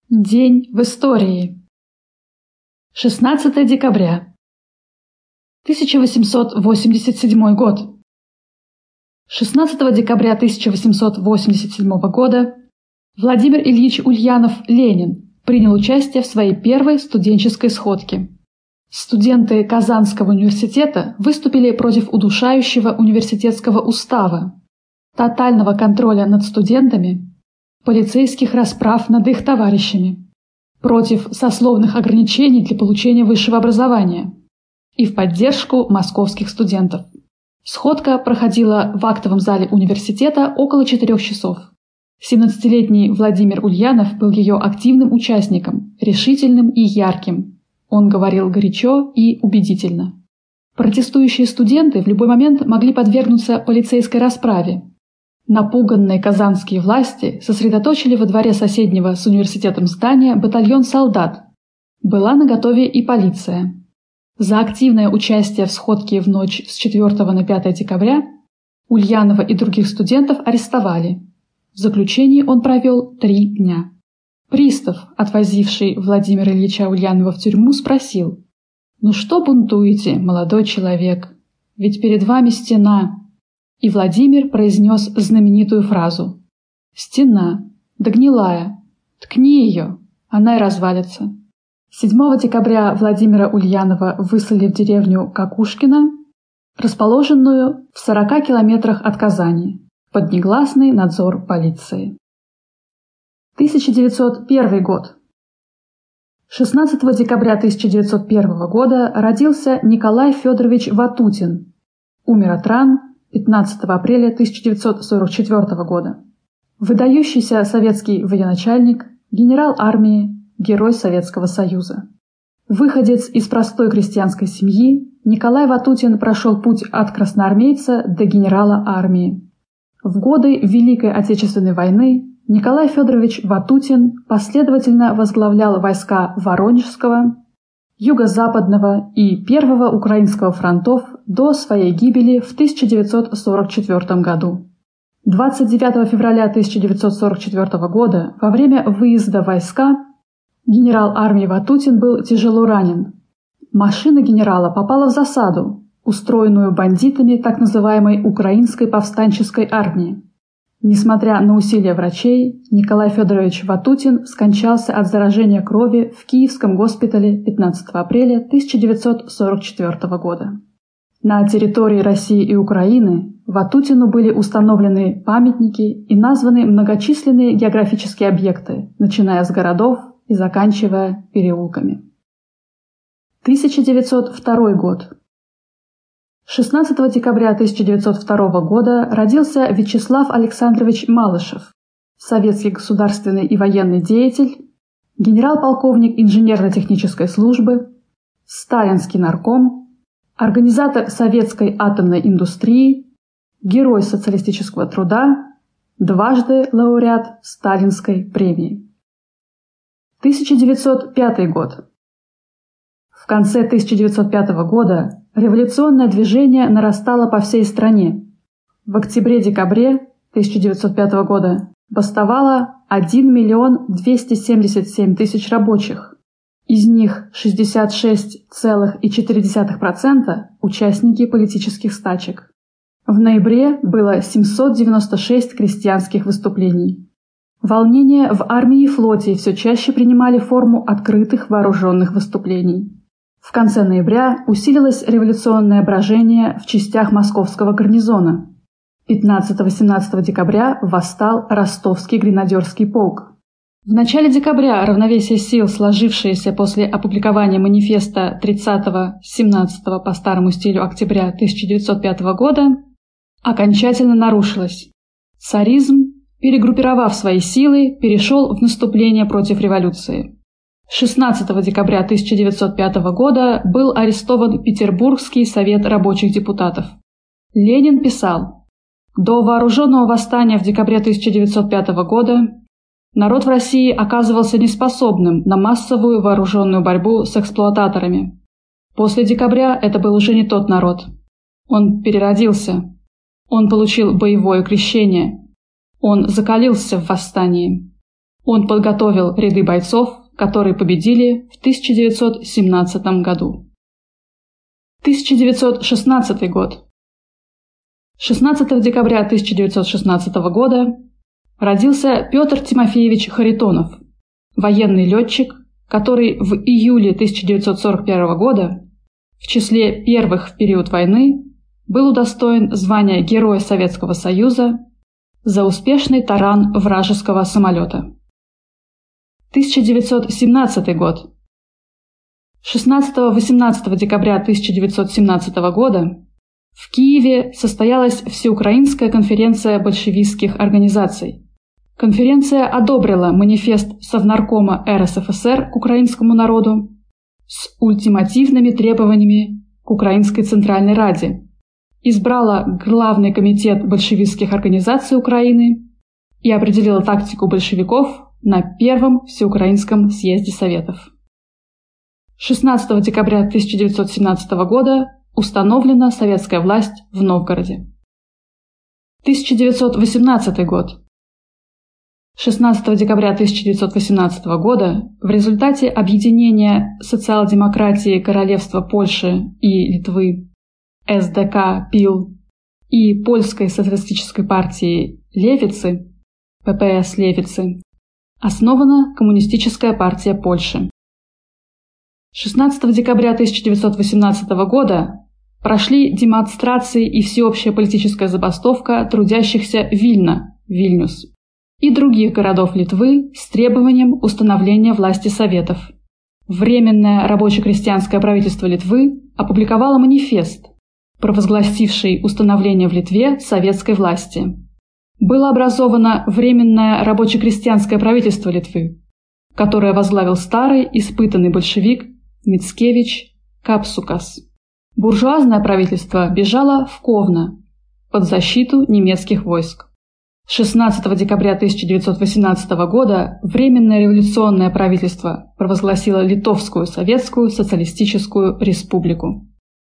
День в истории. 16 декабря. 1887 год. 16 декабря 1887 года Владимир Ильич Ульянов, Ленин, принял участие в своей первой студенческой сходке. Студенты Казанского университета выступили против удушающего университетского устава, тотального контроля над студентами, полицейских расправ над их товарищами, против сословных ограничений для получения высшего образования и в поддержку московских студентов. Сходка проходила в актовом зале университета около 4 часов. 17-летний Владимир Ульянов был ее активным участником, решительным и ярким. Он говорил горячо и убедительно. Протестующие студенты в любой момент могли подвергнуться полицейской расправе. Напуганные казанские власти сосредоточили во дворе соседнего с университетом здания батальон солдат. Была наготове и полиция. За активное участие в сходке в ночь с 4 на 5 декабря Ульянова и других студентов арестовали. В заключении он провел 3 дня. Пристав, отвозивший Владимира Ильича Ульянова в тюрьму, спросил: «Ну что бунтуете, молодой человек? Ведь перед вами стена». И Владимир произнес знаменитую фразу: «Стена, да гнилая, ткни ее, она и развалится». 7 декабря Владимира Ульянова выслали в деревню Кокушкино, расположенную в 40 километрах от Казани, под негласный надзор полиции. 1901 год. 16 декабря 1901 года родился Николай Федорович Ватутин, умер от ран 15 апреля 1944 года. Выдающийся советский военачальник, генерал армии, Герой Советского Союза. Выходец из простой крестьянской семьи, Николай Ватутин прошел путь от красноармейца до генерала армии. В годы Великой Отечественной войны Николай Федорович Ватутин последовательно возглавлял войска Воронежского, Юго-Западного и Первого Украинского фронтов до своей гибели в 1944 году. 29 февраля 1944 года во время выезда в войска генерал армии Ватутин был тяжело ранен. Машина генерала попала в засаду, устроенную бандитами так называемой Украинской повстанческой армии. Несмотря на усилия врачей, Николай Федорович Ватутин скончался от заражения крови в Киевском госпитале 15 апреля 1944 года. На территории России и Украины Ватутину были установлены памятники и названы многочисленные географические объекты, начиная с городов и заканчивая переулками. 1902 год. 16 декабря 1902 года родился Вячеслав Александрович Малышев, советский государственный и военный деятель, генерал-полковник инженерно-технической службы, сталинский нарком, организатор советской атомной индустрии, герой социалистического труда, дважды лауреат Сталинской премии. 1905 год. В конце 1905 года революционное движение нарастало по всей стране. В октябре-декабре 1905 года бастовало 1 277 000 рабочих. Из них 66,4% участники политических стачек. В ноябре было 796 крестьянских выступлений. Волнения в армии и флоте все чаще принимали форму открытых вооруженных выступлений. В конце ноября усилилось революционное брожение в частях московского гарнизона. 15-18 декабря восстал Ростовский гренадерский полк. В начале декабря равновесие сил, сложившееся после опубликования манифеста 30-17 по старому стилю октября 1905 года, окончательно нарушилось. Царизм, перегруппировав свои силы, перешел в наступление против революции. 16 декабря 1905 года был арестован Петербургский совет рабочих депутатов. Ленин писал: «До вооруженного восстания в декабре 1905 года народ в России оказывался неспособным на массовую вооруженную борьбу с эксплуататорами. После декабря это был уже не тот народ. Он переродился. Он получил боевое крещение. Он закалился в восстании. Он подготовил ряды бойцов, которые победили в 1917 году. 1916 год. 16 декабря 1916 года родился Петр Тимофеевич Харитонов, военный летчик, который в июле 1941 года в числе первых в период войны был удостоен звания Героя Советского Союза за успешный таран вражеского самолета. 1917 год. 16-18 декабря 1917 года в Киеве состоялась Всеукраинская конференция большевистских организаций. Конференция одобрила манифест Совнаркома РСФСР к украинскому народу с ультимативными требованиями к Украинской Центральной Раде, избрала Главный комитет большевистских организаций Украины и определила тактику большевиков на Первом Всеукраинском съезде Советов. 16 декабря 1917 года установлена советская власть в Новгороде. 1918 год. 16 декабря 1918 года в результате объединения социал-демократии Королевства Польши и Литвы, СДК ПИЛ и Польской социалистической партии Левицы, ППС Левицы, основана Коммунистическая партия Польши. 16 декабря 1918 года прошли демонстрации и всеобщая политическая забастовка трудящихся Вильна, Вильнюс, и других городов Литвы с требованием установления власти Советов. Временное рабоче-крестьянское правительство Литвы опубликовало манифест, провозгласивший установление в Литве советской власти. Было образовано Временное рабоче-крестьянское правительство Литвы, которое возглавил старый испытанный большевик Мицкевич Капсукас. Буржуазное правительство бежало в Ковно под защиту немецких войск. 16 декабря 1918 года Временное революционное правительство провозгласило Литовскую Советскую Социалистическую Республику.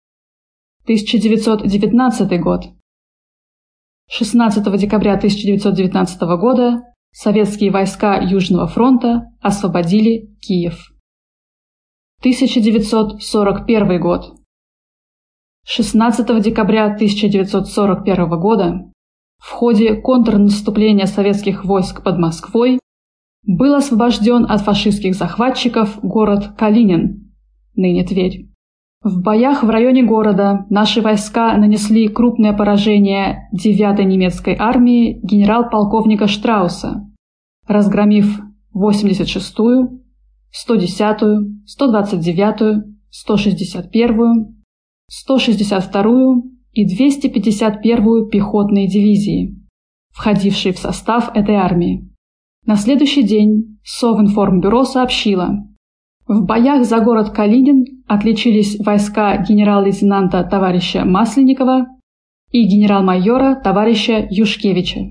1919 год. 16 декабря 1919 года советские войска Южного фронта освободили Киев. 1941 год. 16 декабря 1941 года в ходе контрнаступления советских войск под Москвой был освобожден от фашистских захватчиков город Калинин, ныне Тверь. В боях в районе города наши войска нанесли крупное поражение 9-й немецкой армии генерал-полковника Штрауса, разгромив 86-ю, 110-ю, 129-ю, 161-ю, 162-ю и 251-ю пехотные дивизии, входившие в состав этой армии. На следующий день Совинформбюро сообщило: в боях за город Калинин отличились войска генерал-лейтенанта товарища Масленникова и генерал-майора товарища Юшкевича.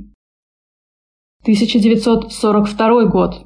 1942 год.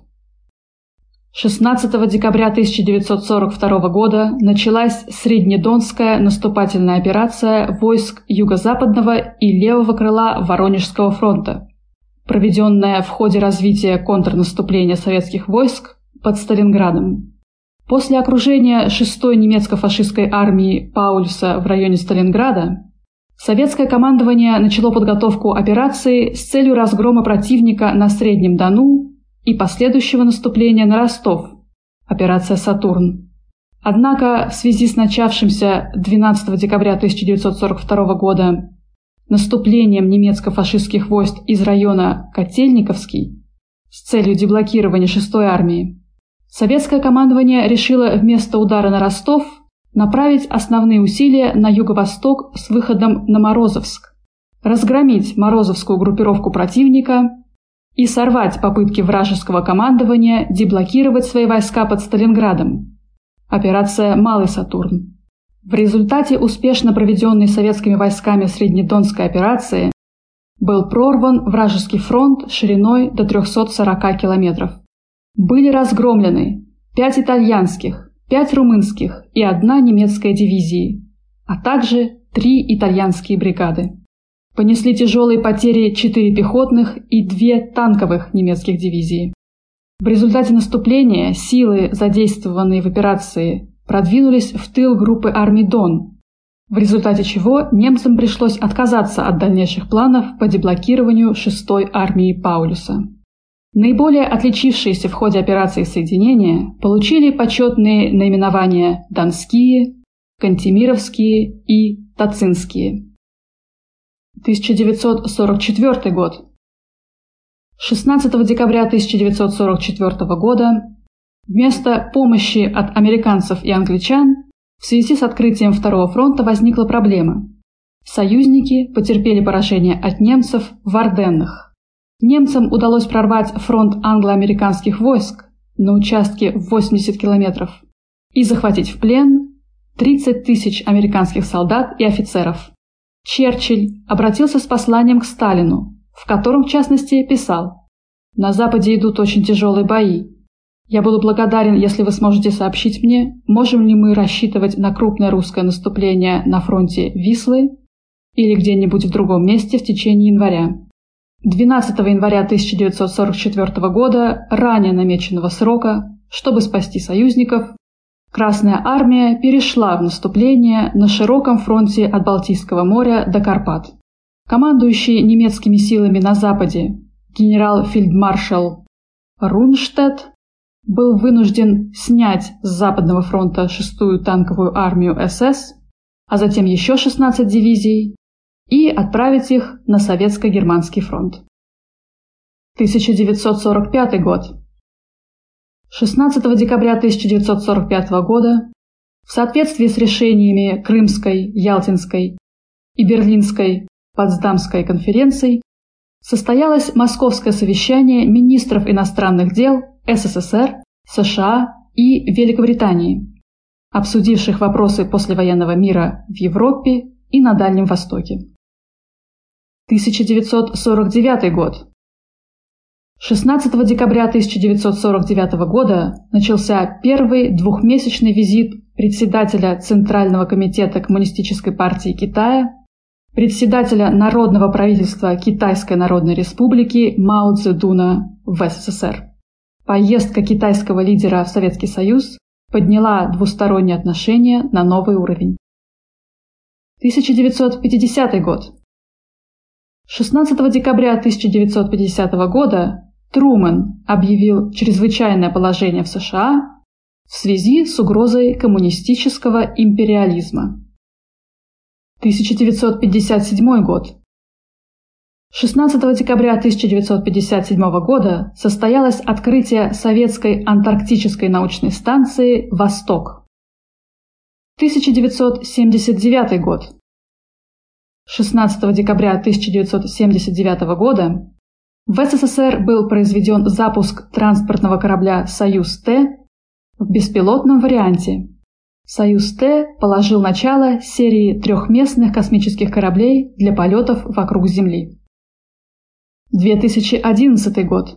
16 декабря 1942 года началась Среднедонская наступательная операция войск юго-западного и левого крыла Воронежского фронта, проведенная в ходе развития контрнаступления советских войск под Сталинградом. После окружения 6-й немецко-фашистской армии Паульса в районе Сталинграда советское командование начало подготовку операции с целью разгрома противника на Среднем Дону и последующего наступления на Ростов, операция «Сатурн». Однако в связи с начавшимся 12 декабря 1942 года наступлением немецко-фашистских войск из района Котельниковский с целью деблокирования 6-й армии, советское командование решило вместо удара на Ростов направить основные усилия на юго-восток с выходом на Морозовск, разгромить Морозовскую группировку противника и сорвать попытки вражеского командования деблокировать свои войска под Сталинградом. Операция «Малый Сатурн». В результате успешно проведенной советскими войсками Среднедонской операции был прорван вражеский фронт шириной до 340 километров. Были разгромлены 5 итальянских, 5 румынских и 1 немецкая дивизии, а также 3 итальянские бригады. Понесли тяжелые потери 4 пехотных и 2 танковых немецких дивизии. В результате наступления силы, задействованные в операции, продвинулись в тыл группы армий Дон, в результате чего немцам пришлось отказаться от дальнейших планов по деблокированию 6-й армии Паулюса. Наиболее отличившиеся в ходе операции соединения получили почетные наименования «Донские», «Кантемировские» и «Тацинские». 1944 год. 16 декабря 1944 года вместо помощи от американцев и англичан в связи с открытием Второго фронта возникла проблема. Союзники потерпели поражение от немцев в Арденнах. Немцам удалось прорвать фронт англо-американских войск на участке в 80 километров и захватить в плен 30 тысяч американских солдат и офицеров. Черчилль обратился с посланием к Сталину, в котором, в частности, писал: «На Западе идут очень тяжелые бои. Я буду благодарен, если вы сможете сообщить мне, можем ли мы рассчитывать на крупное русское наступление на фронте Вислы или где-нибудь в другом месте в течение января». 12 января 1944 года, ранее намеченного срока, чтобы спасти союзников, Красная армия перешла в наступление на широком фронте от Балтийского моря до Карпат. Командующий немецкими силами на Западе генерал-фельдмаршал Рунштедт был вынужден снять с Западного фронта 6-ю танковую армию СС, а затем еще 16 дивизий, и отправить их на Советско-германский фронт. 1945 год. 16 декабря 1945 года в соответствии с решениями Крымской, Ялтинской и Берлинской Потсдамской конференций состоялось Московское совещание министров иностранных дел СССР, США и Великобритании, обсудивших вопросы послевоенного мира в Европе и на Дальнем Востоке. 1949 год. 16 декабря 1949 года начался первый двухмесячный визит председателя Центрального комитета Коммунистической партии Китая, председателя Народного правительства Китайской Народной Республики Мао Цзэдуна в СССР. Поездка китайского лидера в Советский Союз подняла двусторонние отношения на новый уровень. 1950 год. 16 декабря 1950 года Трумэн объявил чрезвычайное положение в США в связи с угрозой коммунистического империализма. 1957 год. 16 декабря 1957 года состоялось открытие советской антарктической научной станции «Восток». 1979 год. 16 декабря 1979 года в СССР был произведен запуск транспортного корабля «Союз-Т» в беспилотном варианте. «Союз-Т» положил начало серии трехместных космических кораблей для полетов вокруг Земли. 2011 год.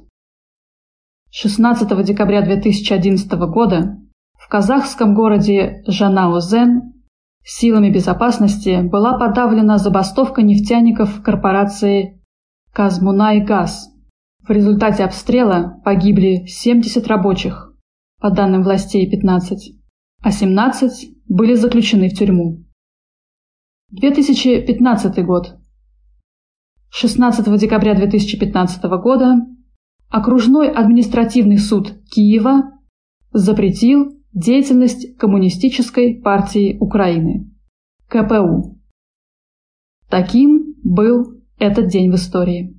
16 декабря 2011 года в казахском городе Жанаозен силами безопасности была подавлена забастовка нефтяников корпорации «Казмунайгаз». В результате обстрела погибли 70 рабочих, по данным властей 15, а 17 были заключены в тюрьму. 2015 год. 16 декабря 2015 года Окружной административный суд Киева запретил деятельность Коммунистической партии Украины, КПУ. Таким был этот день в истории.